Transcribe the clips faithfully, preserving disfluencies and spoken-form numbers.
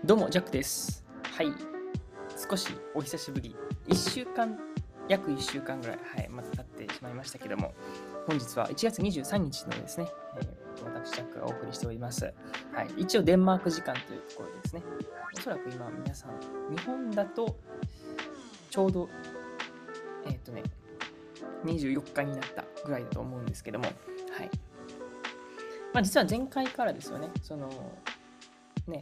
どうも、ジャックです。はい。少しお久しぶり。いっしゅうかん、約いっしゅうかんぐらい、はい、また経ってしまいましたけども、本日はいちがつにじゅうさんにちのですね、えー、私、ジャックがお送りしております。はい。一応、デンマーク時間というところでですね、おそらく今、皆さん、日本だと、ちょうど、えっとね、にじゅうよっかになったぐらいだと思うんですけども、はい。まあ、実は前回からですよね、その、ね、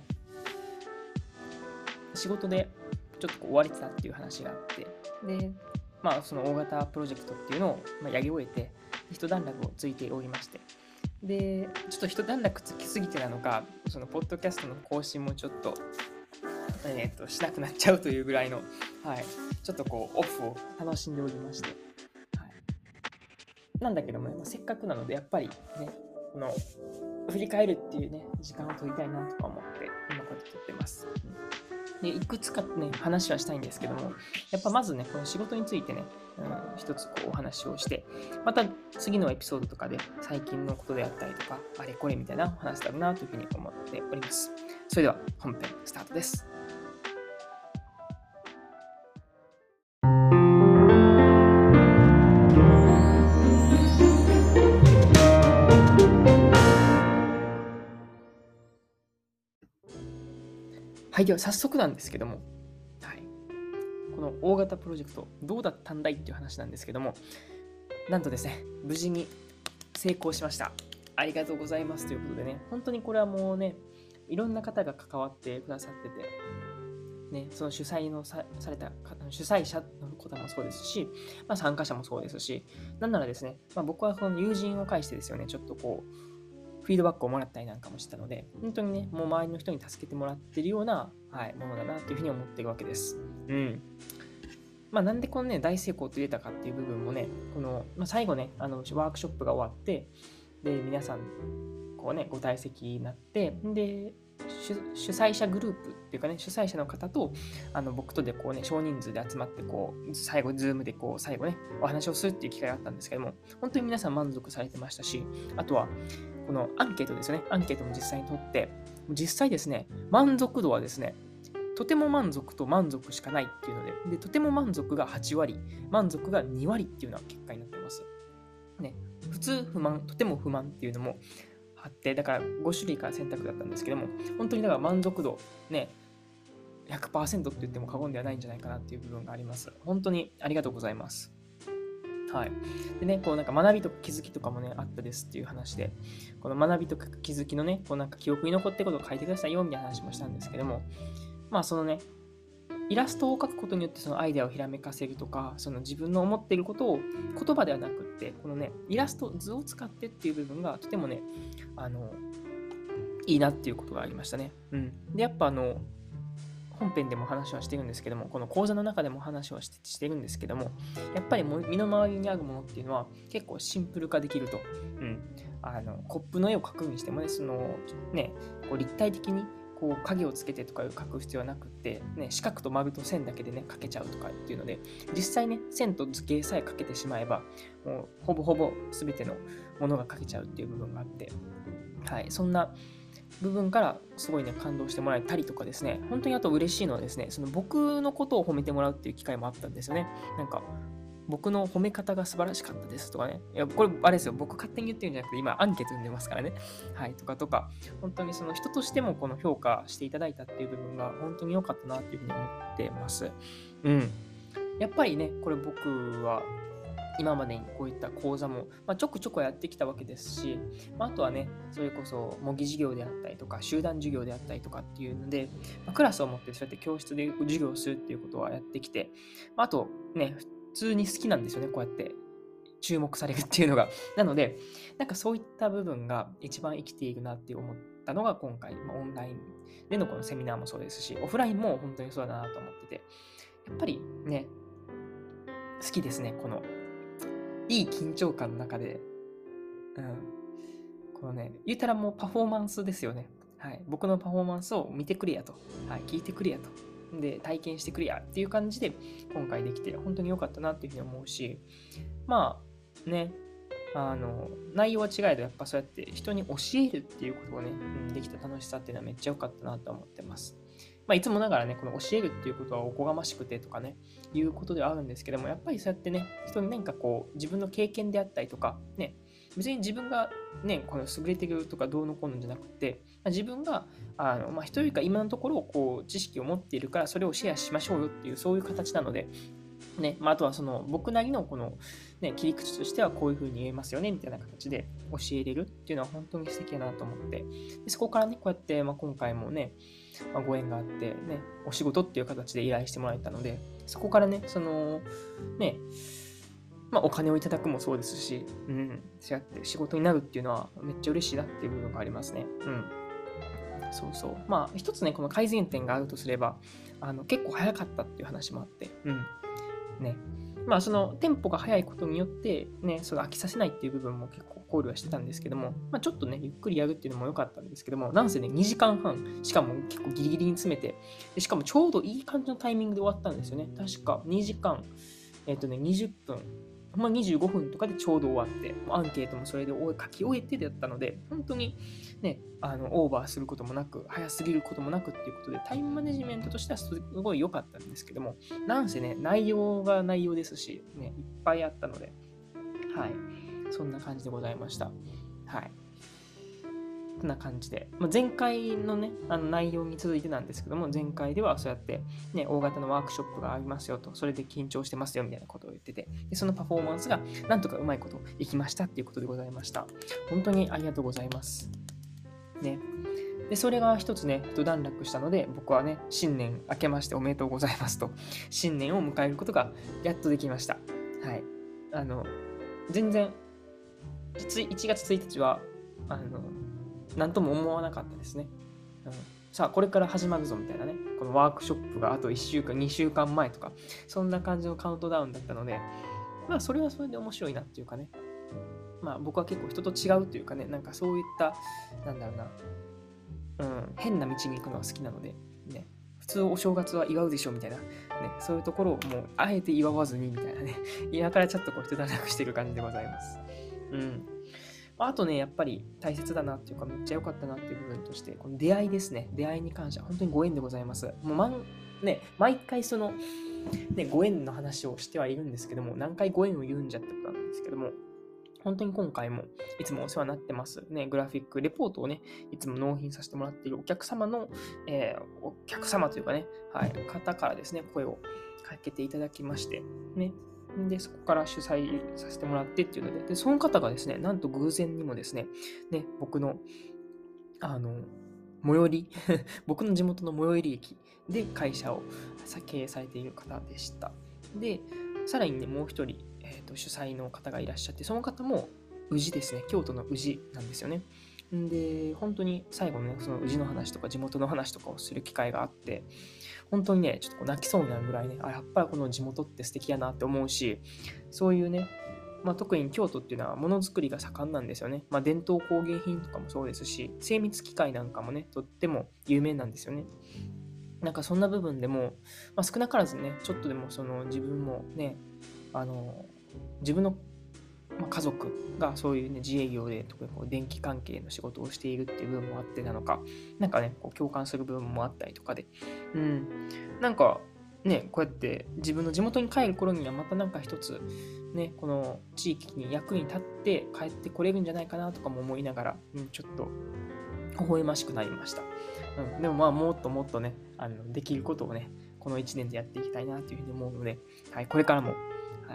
仕事でちょっとこう追われてたっていう話があって、で、まあ、その大型プロジェクトっていうのをまあやり終えて、一段落をついておりまして、で、ちょっと一段落つきすぎてなのか、そのポッドキャストの更新もちょっと、えー、としなくなっちゃうというぐらいの、はい、ちょっとこうオフを楽しんでおりまして、はい、なんだけどもね、まあ、せっかくなのでやっぱりね、この振り返るっていうね、時間を取りたいなとか思って、今こうやって撮ってます。でいくつかね、話はしたいんですけども、やっぱまずね、この仕事についてね、うん、一つこうお話をして、また次のエピソードとかで最近のことであったりとか、あれこれみたいなお話だろうなというふうに思っております。それでは本編スタートです。はい、では早速なんですけども、はい、この大型プロジェクトどうだったんだいっていう話なんですけども、なんとですね、無事に成功しました。ありがとうございますということでね、本当にこれはもうね、いろんな方が関わってくださってて、ね、その主催の さ, された方主催者の方もそうですし、まあ、参加者もそうですし、なんならですね、まあ、僕はこの友人を介してですよね、ちょっとこう、フィードバックをもらったりなんかもしたので、本当にね、もう周りの人に助けてもらってるような、はい、ものだなというふうに思っているわけです。うん。まあ、なんでこのね、大成功と言えたかっていう部分もね、この、まあ、最後ね、あのワークショップが終わって、で、皆さん、こうね、ご退席になって、で、主催者グループっていうかね、主催者の方とあの僕とでこうね、少人数で集まってこう、最後、ズームでこう、最後ね、お話をするっていう機会があったんですけども、本当に皆さん満足されてましたし、あとは、このアンケートですよね、アンケートも実際に取って、実際ですね、満足度はですね、とても満足と満足しかないっていうので、でとても満足がはちわり、満足がにわりっていうような結果になってます。ね、普通不満、とても不満っていうのもあって、だからご種類から選択だったんですけども、本当にだから満足度ね、ひゃくパーセント って言っても過言ではないんじゃないかなっていう部分があります。本当にありがとうございます。はい。でね、こうなんか学びとか気づきとかもね、あったですっていう話で、この学びとか気づきのね、こうなんか記憶に残ってることを書いてくださいよみたいな話もしたんですけども、まあそのね、イラストを描くことによってそのアイデアをひらめかせるとか、その自分の思っていることを言葉ではなくって、このね、イラスト、図を使ってっていう部分がとてもね、あの、いいなっていうことがありましたね。うん。で、やっぱあの、本編でも話はしてるんですけども、この講座の中でも話はしてしてるんですけども、やっぱりも身の回りにあるものっていうのは結構シンプル化できると。うん。あの、コップの絵を描くにしてもね、その、ね、こう立体的にこう影をつけてとか描く必要はなくって、ね、四角と丸と線だけでね、描けちゃうとかっていうので、実際ね、線と図形さえ描けてしまえば、もうほぼほぼ全てのものが描けちゃうっていう部分があって、はい、そんな部分からすごいね、感動してもらえたりとかですね、本当にあと嬉しいのはですね、その僕のことを褒めてもらうっていう機会もあったんですよね。なんか、僕の褒め方が素晴らしかったですとかね。いや、これ、あれですよ。僕勝手に言ってるんじゃなくて、今、アンケート読んでますからね。はい、とかとか、本当にその人としてもこの評価していただいたっていう部分が本当に良かったなっていうふうに思ってます。うん。やっぱりね、これ僕は、今までにこういった講座も、まあ、ちょくちょくやってきたわけですし、まあ、あとはね、それこそ模擬授業であったりとか、集団授業であったりとかっていうので、まあ、クラスを持ってそうやって教室で授業をするっていうことはやってきて、まあ、あとね、普通に好きなんですよね、こうやって注目されるっていうのが。なので、なんかそういった部分が一番生きているなって思ったのが今回、まあ、オンラインでのこのセミナーもそうですし、オフラインも本当にそうだなと思ってて、やっぱりね、好きですね、このいい緊張感の中で、うん、このね、言ったらもうパフォーマンスですよね。はい、僕のパフォーマンスを見てくれやと、はい、聞いてくれやと、で、体験してくれやっていう感じで今回できて、本当に良かったなっていうふうに思うし、まあね、あの、内容は違えど、やっぱそうやって人に教えるっていうことをね、うん、できた楽しさっていうのはめっちゃ良かったなと思ってます。 まあ、いつもながらね、この教えるっていうことはおこがましくてとかね、いうことではあるんですけども、やっぱりそうやってね、人に何かこう、自分の経験であったりとか、ね、別に自分がね、この優れてるとかどうのこうのじゃなくて、自分が、あの、まあ、人よりか今のところ、こう、知識を持っているから、それをシェアしましょうよっていう、そういう形なので、ね、まあ、あとはその僕なりのこの、ね、切り口としてはこういう風に言えますよねみたいな形で教えれるっていうのは本当に素敵だなと思って、でそこからね、こうやって、まあ、今回もね、まあ、ご縁があってね、お仕事っていう形で依頼してもらえたので、そこからね、そのね、まあ、お金をいただくもそうですし、うん、そうやって仕事になるっていうのはめっちゃ嬉しいなっていう部分がありますね。うん。そうそう。まあ、一つね、この改善点があるとすれば、あの結構早かったっていう話もあって、うん。ね。まあ、そのテンポが速いことによって、ね、その飽きさせないっていう部分も結構考慮はしてたんですけども、まあ、ちょっとね、ゆっくりやるっていうのも良かったんですけども、なんせね、にじかんはん、しかも結構ギリギリに詰めて、でしかもちょうどいい感じのタイミングで終わったんですよね。確かにじかん、えっとね、にじゅっぷん、まあ、にじゅうごふんとかでちょうど終わって、アンケートもそれで書き終えてだったので、本当にね、あのオーバーすることもなく、早すぎることもなくっていうことで、タイムマネジメントとしてはすごい良かったんですけども、なんせね、内容が内容ですし、ね、いっぱいあったので、はい、そんな感じでございました。はい。こんな感じで、まあ、前回のね、あの内容に続いてなんですけども、前回ではそうやって、ね、大型のワークショップがありますよと、それで緊張してますよみたいなことを言ってて、でそのパフォーマンスがなんとかうまいこといきましたっていうことでございました。本当にありがとうございます。ね。で、それが一つね、一段落したので、僕はね、新年明けましておめでとうございますと、新年を迎えることがやっとできました。はい。あの、全然、いちがつついたちは、あの、なんとも思わなかったですね。うん、さあ、これから始まるぞみたいなね、このワークショップがあといっしゅうかん、にしゅうかんまえとか、そんな感じのカウントダウンだったので、まあ、それはそれで面白いなっていうかね、まあ、僕は結構人と違うというかね、なんかそういった、なんだろうな、うん、変な道に行くのが好きなので、ね、普通お正月は祝うでしょみたいな、ね、そういうところをもうあえて祝わずにみたいなね、今からちょっとこう一段落している感じでございます。うん。あとね、やっぱり大切だなっていうか、めっちゃ良かったなっていう部分として、この出会いですね。出会いに関しては本当にご縁でございます。もうまん、ね、毎回その、ね、ご縁の話をしてはいるんですけども、何回ご縁を言うんじゃってことなんですけども、本当に今回もいつもお世話になってます。ね、グラフィックレポートをね、いつも納品させてもらっているお客様の、えー、お客様というかね、はい、方からですね、声をかけていただきまして、ね、で、そこから主催させてもらってっていうので、でその方がですね、なんと偶然にもですね、ね、僕の、あの、最寄り、僕の地元の最寄り駅で会社を経営されている方でした。で、さらにね、もう一人、えーと、主催の方がいらっしゃって、その方も宇治ですね、京都の宇治なんですよね。で、本当に最後のね、その宇治の話とか地元の話とかをする機会があって、本当にね、ちょっとこう泣きそうになるぐらいね、あ、やっぱりこの地元って素敵やなって思うし、そういうね、まあ、特に京都っていうのはものづくりが盛んなんですよね。まあ、伝統工芸品とかもそうですし、精密機械なんかもね、とっても有名なんですよね。なんかそんな部分でも、まあ、少なからずね、ちょっとでもその自分もね、あの、自分のまあ、家族がそういうね、自営業で特にこう電気関係の仕事をしているっていう部分もあってなのか、なんかね、こう共感する部分もあったりとかで、うん、なんかね、こうやって自分の地元に帰る頃にはまたなんか一つ、ね、この地域に役に立って帰ってこれるんじゃないかなとかも思いながら、うん、ちょっと微笑ましくなりました。うん、でもまあもっともっとね、あのできることをね、このいちねんでやっていきたいなというふうに思うので、はい、これからも、はい、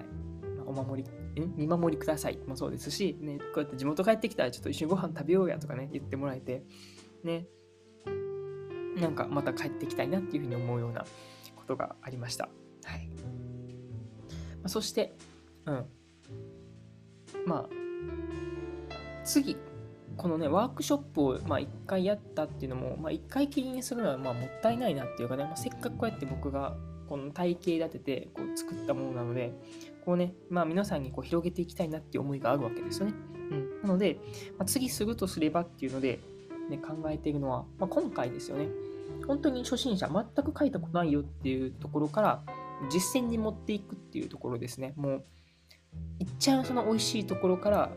お守り、見守りくださいもそうですし、ね、こうやって地元帰ってきたらちょっと一緒にご飯食べようやとかね、言ってもらえて、ね、なんかまた帰ってきたいなっていうふうに思うようなことがありました。はい。まあ、そして、うん。まあ、次、このね、ワークショップをまあいっかいやったっていうのも、まあいっかいきりにするのはまあもったいないなっていうかね、まあ、せっかくこうやって僕がこの体系立ててこう作ったものなので、こうね、まあ皆さんにこう広げていきたいなっていう思いがあるわけですよね。うん。なので、まあ、次するとすればっていうので、ね、考えているのは、まあ、今回ですよね。本当に初心者、全く書いたことないよっていうところから、実践に持っていくっていうところですね。もう、いっちゃんその美味しいところから、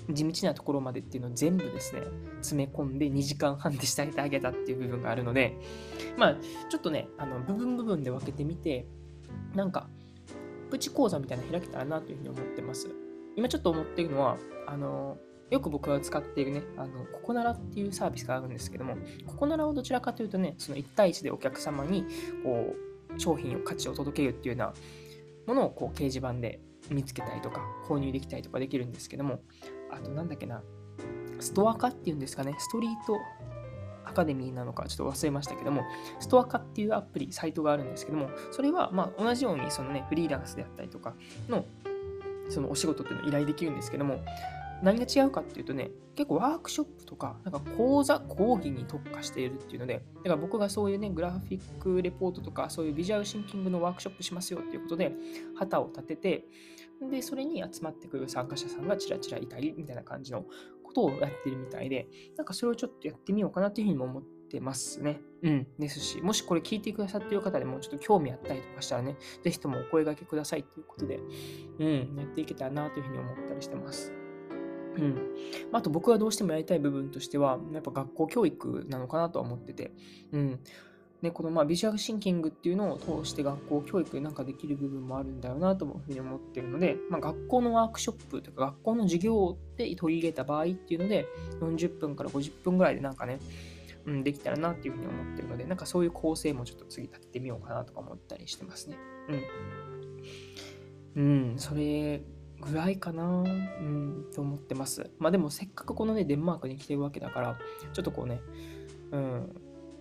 地道なところまでっていうのを全部ですね、詰め込んでにじかんはんで仕上げてあげたっていう部分があるので、まあ、ちょっとね、あの部分部分で分けてみて、なんか、プチ講座みたいなの開けたらなというふうに思ってます。今ちょっと思っているのは、あの、よく僕が使っているね、あの、ココナラっていうサービスがあるんですけども、ココナラをどちらかというとね、そのいち対いちでお客様に、こう、商品を価値を届けるっていうようなものをこう掲示板で見つけたりとか、購入できたりとかできるんですけども、あとなんだっけな、ストア化っていうんですかね、ストリートアカデミーなのかちょっと忘れましたけども、ストア化っていうアプリ、サイトがあるんですけども、それはまあ同じようにそのね、フリーランスであったりとかのそのお仕事っていうのを依頼できるんですけども、何が違うかっていうとね、結構ワークショップとか、なんか講座、講義に特化しているっていうので、だから僕がそういうね、グラフィックレポートとか、そういうビジュアルシンキングのワークショップしますよっていうことで、旗を立てて、で、それに集まってくる参加者さんがちらちらいたり、みたいな感じのことをやってるみたいで、なんかそれをちょっとやってみようかなというふうにも思ってますね。うん。ですし、もしこれ聞いてくださっている方でもちょっと興味あったりとかしたらね、ぜひともお声掛けくださいということで、うん、やっていけたらなというふうに思ったりしてます。うん。あと僕がどうしてもやりたい部分としては、やっぱ学校教育なのかなとは思ってて、うん。ね、このまあビジュアルシンキングっていうのを通して学校教育なんかできる部分もあるんだよなというふうに思っているので、まあ、学校のワークショップとか学校の授業で取り入れた場合っていうので、よんじゅっぷんからごじゅっぷんぐらいでなんかね、うん、できたらなっていうふうに思ってるので、なんかそういう構成もちょっと次立ってみようかなとか思ったりしてますね。うん。うん、それぐらいかな、うん、と思ってます。まあでもせっかくこのね、デンマークに来てるわけだから、ちょっとこうね、うん、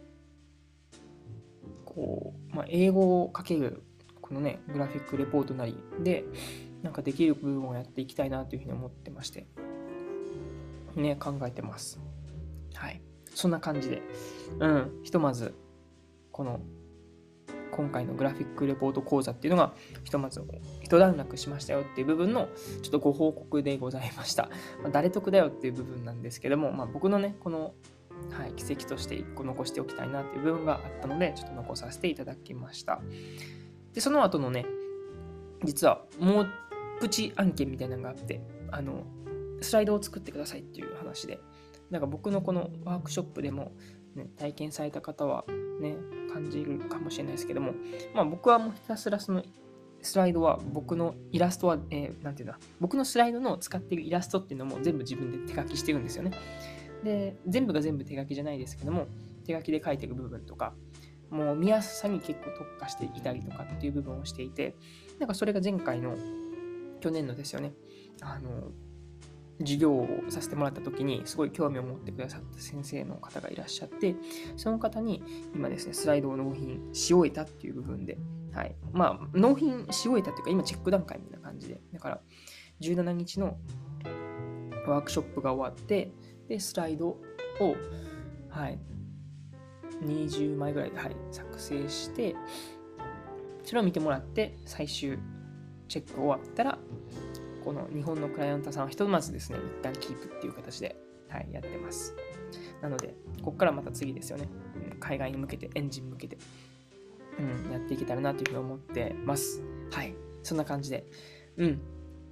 こう、まあ、英語をかける、このね、グラフィックレポートなりで、なんかできる部分をやっていきたいなというふうに思ってまして、ね、考えてます。はい。そんな感じで、うん、ひとまず、この、今回のグラフィックレポート講座っていうのが、ひとまず一段落しましたよっていう部分の、ちょっとご報告でございました。まあ、誰得だよっていう部分なんですけども、まあ、僕のね、この、はい、奇跡としていっこ残しておきたいなっていう部分があったので、ちょっと残させていただきました。で、その後のね、実はもうプチ案件みたいなのがあって、あの、スライドを作ってくださいっていう話で、なんか僕のこのワークショップでも、ね、体験された方はね、感じるかもしれないですけども、まあ僕はもうひたすらそのスライドは僕のイラストは、えー、なんていうんだ、僕のスライドの使っているイラストっていうのも全部自分で手書きしてるんですよね。で、全部が全部手書きじゃないですけども、手書きで書いてる部分とか、もう見やすさに結構特化していたりとかっていう部分をしていて、なんかそれが前回の去年のですよね、あの、授業をさせてもらった時にすごい興味を持ってくださった先生の方がいらっしゃって、その方に今ですね、スライドを納品し終えたっていう部分で、はい。まあ、納品し終えたっていうか、今チェック段階みたいな感じで、だからじゅうしちにちのワークショップが終わって、で、スライドを、はい、にじゅうまいぐらいで、はい、作成して、それを見てもらって、最終チェック終わったら、この日本のクライアントさんはひとまずですね、一旦キープっていう形で、はい、やってます。なので、ここからまた次ですよね。うん、海外に向けて、エンジン向けて、うん、やっていけたらなというふうに思ってます。はい、そんな感じで、うん。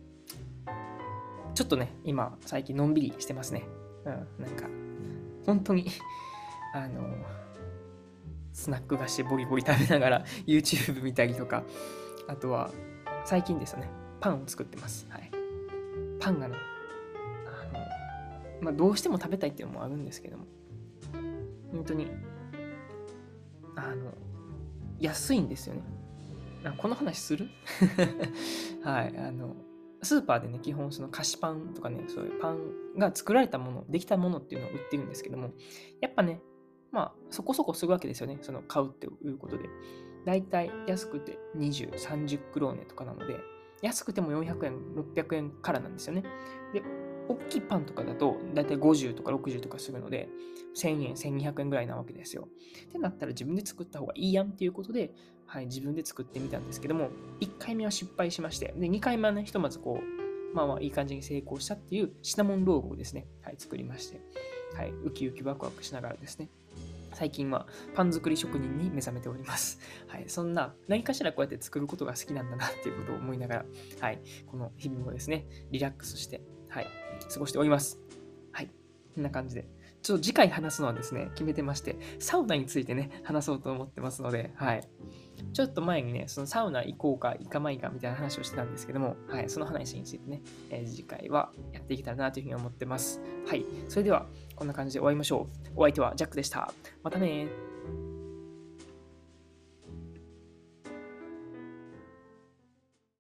ちょっとね、今、最近のんびりしてますね。うん、なんか、本当にあの、スナック菓子ボリボリ食べながら YouTube 見たりとか、あとは、最近ですよね、パンを作ってます。はい。パンがね、あの、まあ、どうしても食べたいっていうのもあるんですけども、本当に、あの、安いんですよね。この話するはい、あの、スーパーでね、基本その菓子パンとかね、そういうパンが作られたもの、できたものっていうのを売ってるんですけども、やっぱね、まあ、そこそこするわけですよね、その買うっていうことで。だいたい安くてにじゅう、さんじゅうクローネとかなので、安くてもよんひゃくえん、ろっぴゃくえんからなんですよね。で、大きいパンとかだと、だいたいごじゅうとかろくじゅうとかするので、せんえん、せんにひゃくえんぐらいなわけですよ。ってなったら自分で作った方がいいやんっていうことで、はい、自分で作ってみたんですけども、いっかいめは失敗しまして、で、にかいめはね、ひとまずこう、まあまあいい感じに成功したっていうシナモンロールをですね、はい、作りまして、はい、ウキウキワクワクしながらですね、最近はパン作り職人に目覚めております。はい、そんな何かしらこうやって作ることが好きなんだなっていうことを思いながら、はい、この日々もですね、リラックスして、 はい、過ごしております。はい、こんな感じで。ちょっと次回話すのはですね、決めてまして、サウナについてね、話そうと思ってますので、はい。ちょっと前にね、そのサウナ行こうか行かないかみたいな話をしてたんですけども、はい、その話についてね、えー次回はやっていけたらなというふうに思ってます。はい、それではこんな感じで終わりましょう。お相手はジャックでした。またね